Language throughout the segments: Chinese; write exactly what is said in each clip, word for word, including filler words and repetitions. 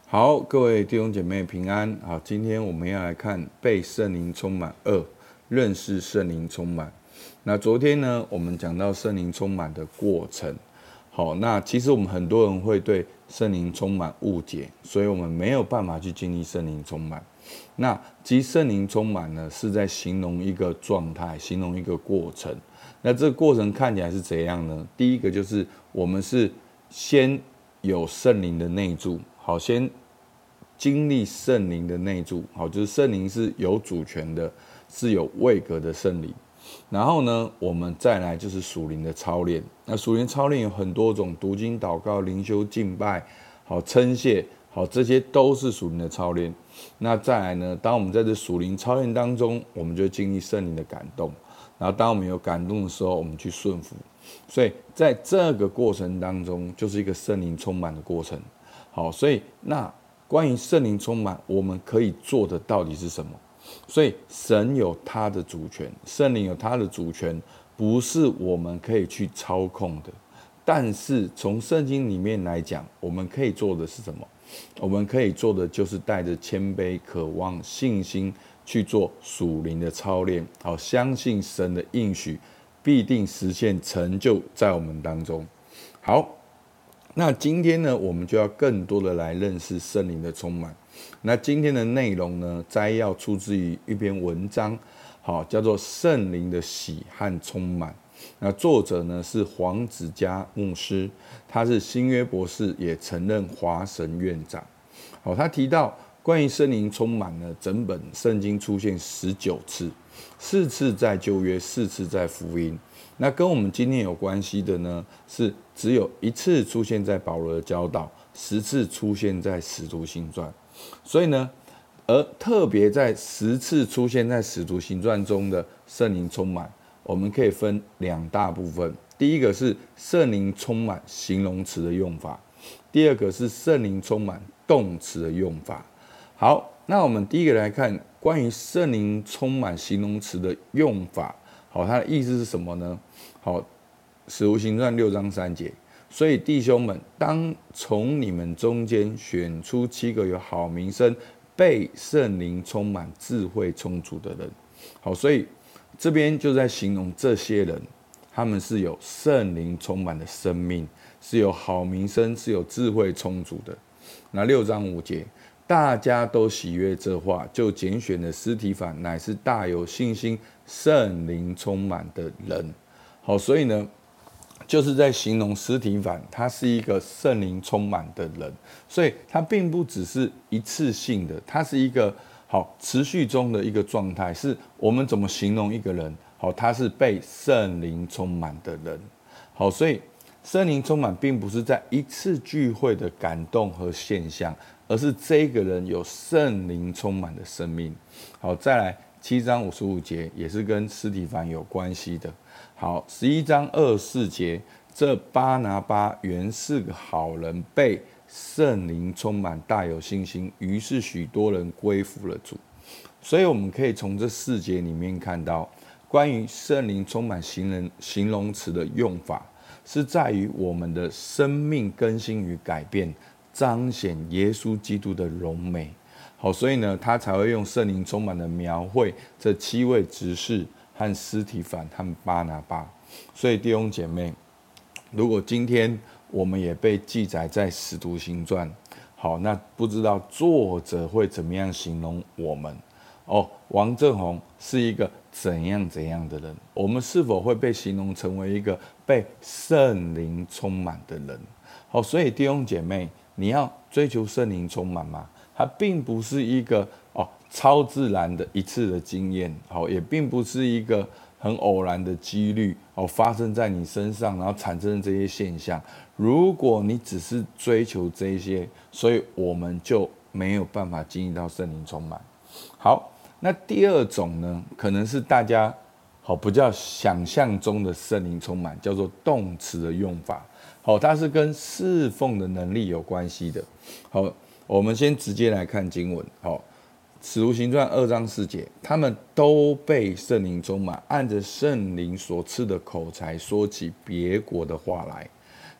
好，各位弟兄姐妹平安。好，今天我们要来看被圣灵充满二，认识圣灵充满。那昨天呢，我们讲到圣灵充满的过程。好，那其实我们很多人会对圣灵充满误解，所以我们没有办法去经历圣灵充满。那其实圣灵充满呢，是在形容一个状态，形容一个过程。那这个过程看起来是怎样呢？第一个就是我们是先有圣灵的内住。好，先经历圣灵的内住，好，就是圣灵是有主权的，是有位格的圣灵。然后呢，我们再来就是属灵的操练。那属灵操练有很多种，读经、祷告、灵修、敬拜，好，称谢，好，这些都是属灵的操练。那再来呢，当我们在这属灵操练当中，我们就经历圣灵的感动。然后当我们有感动的时候，我们去顺服。所以在这个过程当中，就是一个圣灵充满的过程。好，所以那关于圣灵充满，我们可以做的到底是什么？所以神有他的主权，圣灵有他的主权，不是我们可以去操控的。但是从圣经里面来讲，我们可以做的是什么？我们可以做的就是带着谦卑、渴望、信心去做属灵的操练，好，相信神的应许必定实现成就在我们当中。好。那今天呢，我们就要更多的来认识圣灵的充满。那今天的内容呢，摘要出自于一篇文章，好，叫做《圣灵的喜和充满》。那作者呢是黄子嘉牧师，他是新约博士，也曾任华神院长。好，他提到关于圣灵充满呢，整本圣经出现十九次，四次在旧约，四次在福音。那跟我们今天有关系的呢，是只有一次出现在保罗的教导，十次出现在使徒行传。所以呢，而特别在十次出现在使徒行传中的圣灵充满，我们可以分两大部分。第一个是圣灵充满形容词的用法，第二个是圣灵充满动词的用法。好，那我们第一个来看关于圣灵充满形容词的用法。好，它的意思是什么呢？好，使徒行传六章三节，所以弟兄们，当从你们中间选出七个有好名声、被圣灵充满、智慧充足的人。好，所以这边就在形容这些人，他们是有圣灵充满的生命，是有好名声，是有智慧充足的。那六章五节，大家都喜悦这话，就拣选了司提反，乃是大有信心、圣灵充满的人。好，所以呢，就是在形容司提反，他是一个圣灵充满的人，所以他并不只是一次性的，他是一个好持续中的一个状态。是我们怎么形容一个人？好，他是被圣灵充满的人。好，所以圣灵充满并不是在一次聚会的感动和现象，而是这个人有圣灵充满的生命。好，再来七章五十五节也是跟司提反有关系的。好，十一章二十四节，这巴拿巴原是个好人，被圣灵充满，大有信心，于是许多人归服了主。所以我们可以从这四节里面看到，关于圣灵充满形容词的用法，是在于我们的生命更新与改变，彰显耶稣基督的荣美。好，所以呢，他才会用圣灵充满的描绘这七位执事和司提反和巴拿巴。所以弟兄姐妹，如果今天我们也被记载在使徒行传，好，那不知道作者会怎么样形容我们？哦，王正宏是一个怎样怎样的人？我们是否会被形容成为一个被圣灵充满的人？好，所以弟兄姐妹，你要追求圣灵充满吗？它并不是一个哦超自然的一次的经验，好，也并不是一个很偶然的几率哦发生在你身上，然后产生这些现象。如果你只是追求这些，所以我们就没有办法经历到圣灵充满。好，那第二种呢，可能是大家好比较想象中的圣灵充满，叫做动词的用法。好，它是跟侍奉的能力有关系的。好，我们先直接来看经文。好，使徒行传二章四节，他们都被圣灵充满，按着圣灵所赐的口才说起别国的话来。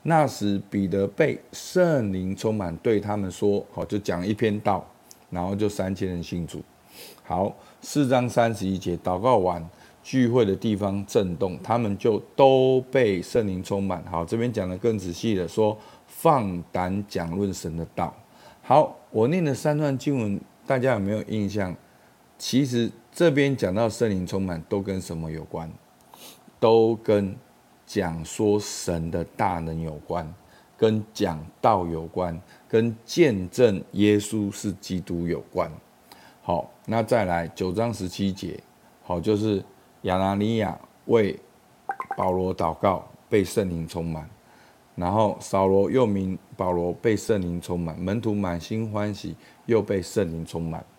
那时彼得被圣灵充满，对他们说，好，就讲一篇道，然后就三千人信主。好，四章三十一节，祷告完，聚会的地方震动，他们就都被圣灵充满。好，这边讲的更仔细的说，放胆讲论神的道。好，我念的三段经文，大家有没有印象？其实这边讲到圣灵充满，都跟什么有关？都跟讲说神的大能有关，跟讲道有关，跟见证耶稣是基督有关。好，那再来九章十七节，好，就是亚拿尼亚为保罗祷告，被圣灵充满。然后扫罗又名保罗，被圣灵充满，门徒满心欢喜，又被圣灵充满。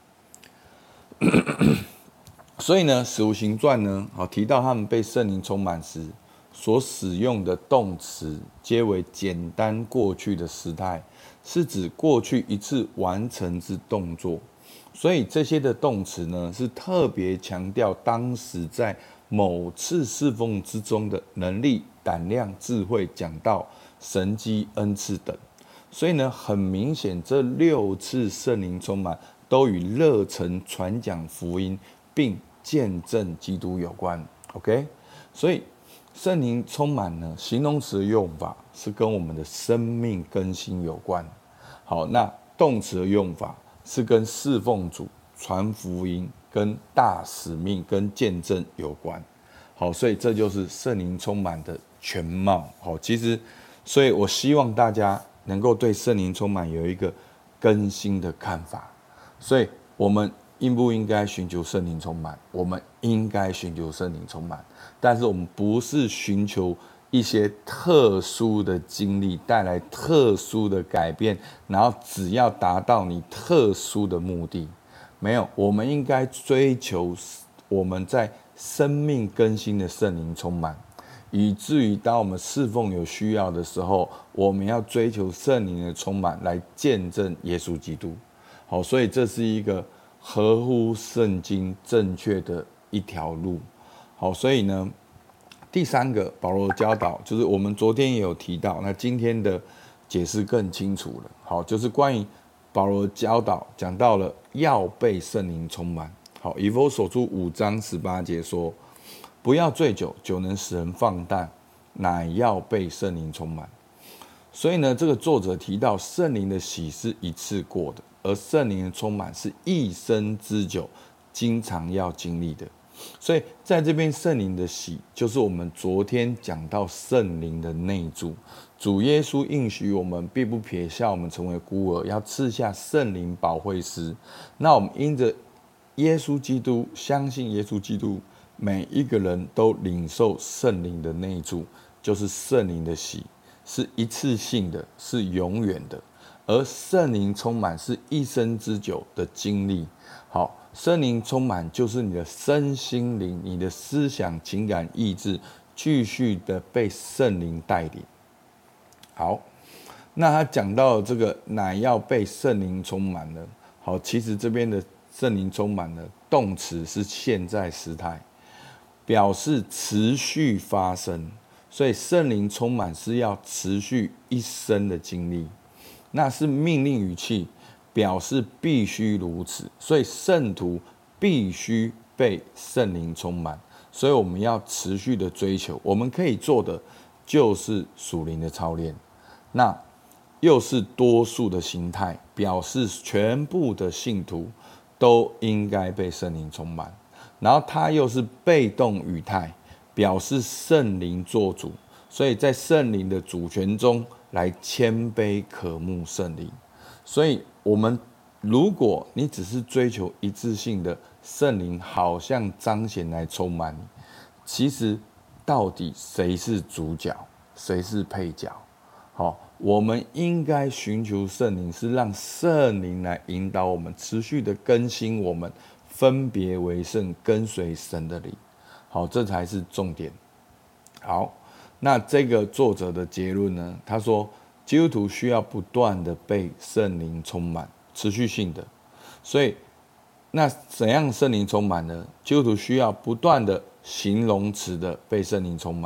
所以呢，使徒行传呢，好提到他们被圣灵充满时，所使用的动词皆为简单过去的时态，是指过去一次完成之动作。所以这些的动词呢，是特别强调当时在某次侍奉之中的能力、胆量、智慧、讲道、神迹、恩赐等。所以呢，很明显，这六次圣灵充满都与热忱传讲福音，并见证基督有关。OK， 所以圣灵充满呢，形容词的用法是跟我们的生命更新有关。好，那动词的用法是跟侍奉主、传福音、跟大使命、跟见证有关。好，所以这就是圣灵充满的全貌。好，其实，所以我希望大家能够对圣灵充满有一个更新的看法。所以，我们应不应该寻求圣灵充满？我们应该寻求圣灵充满，但是我们不是寻求一些特殊的经历带来特殊的改变，然后只要达到你特殊的目的。没有，我们应该追求我们在生命更新的圣灵充满，以至于当我们侍奉有需要的时候，我们要追求圣灵的充满来见证耶稣基督。好，所以这是一个合乎圣经正确的一条路。好，所以呢，第三个保罗的教导就是我们昨天也有提到，那今天的解释更清楚了。好，就是关于保罗的教导讲到了要被圣灵充满。好，以弗所书五章十八节说，不要醉酒，酒能使人放荡，乃要被圣灵充满。所以呢，这个作者提到圣灵的洗是一次过的，而圣灵的充满是一生之久，经常要经历的。所以在这边圣灵的洗，就是我们昨天讲到圣灵的内住。主耶稣应许我们，必不撇下我们成为孤儿，要赐下圣灵保惠师。那我们因着耶稣基督，相信耶稣基督，每一个人都领受圣灵的内住，就是圣灵的洗，是一次性的，是永远的。而圣灵充满是一生之久的经历。好，圣灵充满就是你的身心灵、你的思想、情感、意志继续的被圣灵带领。好，那他讲到这个乃要被圣灵充满了。好，其实这边的圣灵充满了动词是现在时态，表示持续发生。所以圣灵充满是要持续一生的经历，那是命令语气，表示必须如此。所以圣徒必须被圣灵充满，所以我们要持续的追求。我们可以做的就是属灵的操练，那又是多数的形态，表示全部的信徒都应该被圣灵充满。然后它又是被动语态，表示圣灵做主，所以在圣灵的主权中来谦卑渴慕圣灵。所以我们如果你只是追求一致性的圣灵好像彰显来充满你，其实到底谁是主角，谁是配角？好，我们应该寻求圣灵，是让圣灵来引导我们，持续的更新我们，分别为圣，跟随神的灵。好，这才是重点。好，那这个作者的结论呢？他说，基督徒需要不断的被圣灵充满，持续性的。所以，那怎样圣灵充满呢？基督徒需要不断的形容词的被圣灵充满，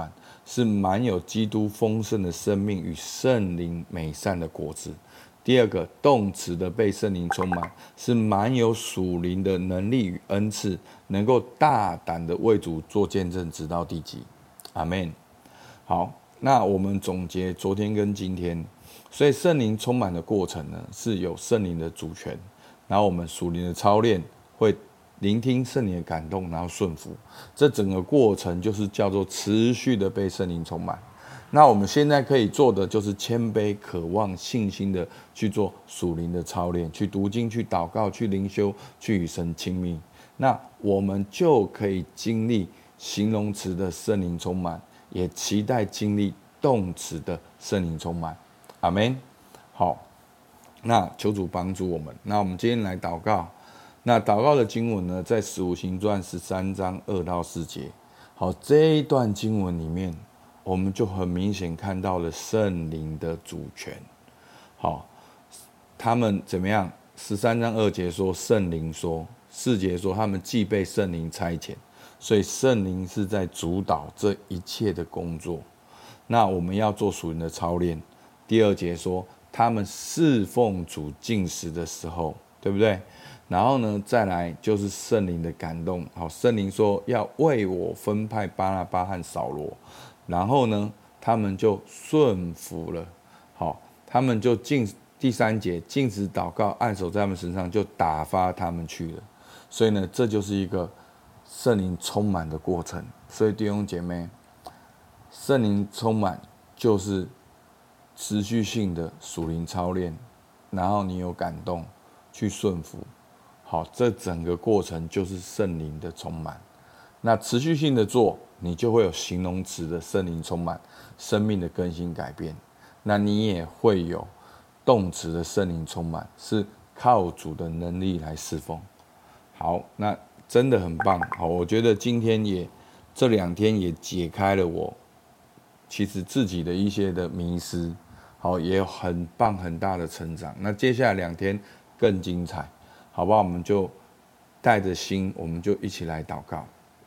是满有基督丰盛的生命与圣灵美善的果子。第二个，动词的被圣灵充满，是满有属灵的能力与恩赐，能够大胆的为主做见证，直到地极。阿们。好，那我们总结昨天跟今天，所以圣灵充满的过程呢，是有圣灵的主权，然后我们属灵的操练会聆听圣灵的感动，然后顺服。这整个过程就是叫做持续的被圣灵充满。那我们现在可以做的就是谦卑、渴望、信心的去做属灵的操练，去读经、去祷告、去灵修、去与神亲密。那我们就可以经历形容词的圣灵充满，也期待经历动词的圣灵充满。阿们。好，那求主帮助我们。那我们今天来祷告。那祷告的经文呢，在使徒行传十三章二到四节。好，这一段经文里面，我们就很明显看到了圣灵的主权。好，他们怎么样？十三章二节说圣灵说，四节说他们既被圣灵差遣，所以圣灵是在主导这一切的工作。那我们要做属灵的操练。第二节说他们侍奉主禁食的时候，对不对？然后呢，再来就是圣灵的感动。好，圣灵说要为我分派巴拿巴和扫罗。然后呢，他们就顺服了。好，他们就进第三节，禁止祷告，按手在他们身上，就打发他们去了。所以呢，这就是一个圣灵充满的过程。所以弟兄姐妹，圣灵充满就是持续性的属灵操练，然后你有感动去顺服。好，这整个过程就是圣灵的充满。那持续性的做，你就会有形容词的圣灵充满，生命的更新改变。那你也会有动词的圣灵充满，是靠主的能力来侍奉。好，那真的很棒。好，我觉得今天也这两天也解开了我其实自己的一些的迷思。好，也有很棒很大的成长。那接下来两天更精彩，好不好？我们就带着心，我们就一起来祷告。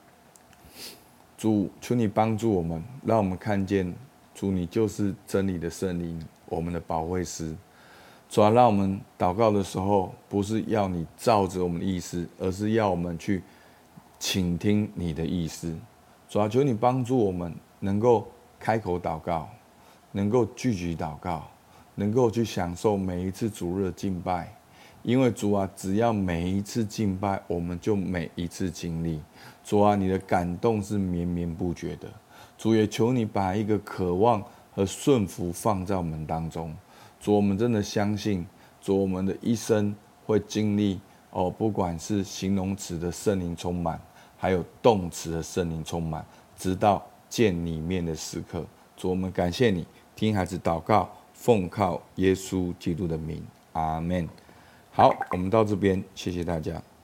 主，求你帮助我们，让我们看见主，你就是真理的圣灵，我们的保惠师。主啊，让我们祷告的时候，不是要你照着我们的意思，而是要我们去倾听你的意思。主啊，求你帮助我们能够开口祷告，能够聚集祷告，能够去享受每一次主日的敬拜。因为主啊，只要每一次敬拜，我们就每一次经历。主啊，你的感动是绵绵不绝的。主也求你把一个渴望和顺服放在我们当中。主，我们真的相信，主我们的一生会经历哦，不管是形容词的圣灵充满，还有动词的圣灵充满，直到见你面的时刻。主，我们感谢你，听孩子祷告，奉靠耶稣基督的名，阿们。好，我们到这边，谢谢大家。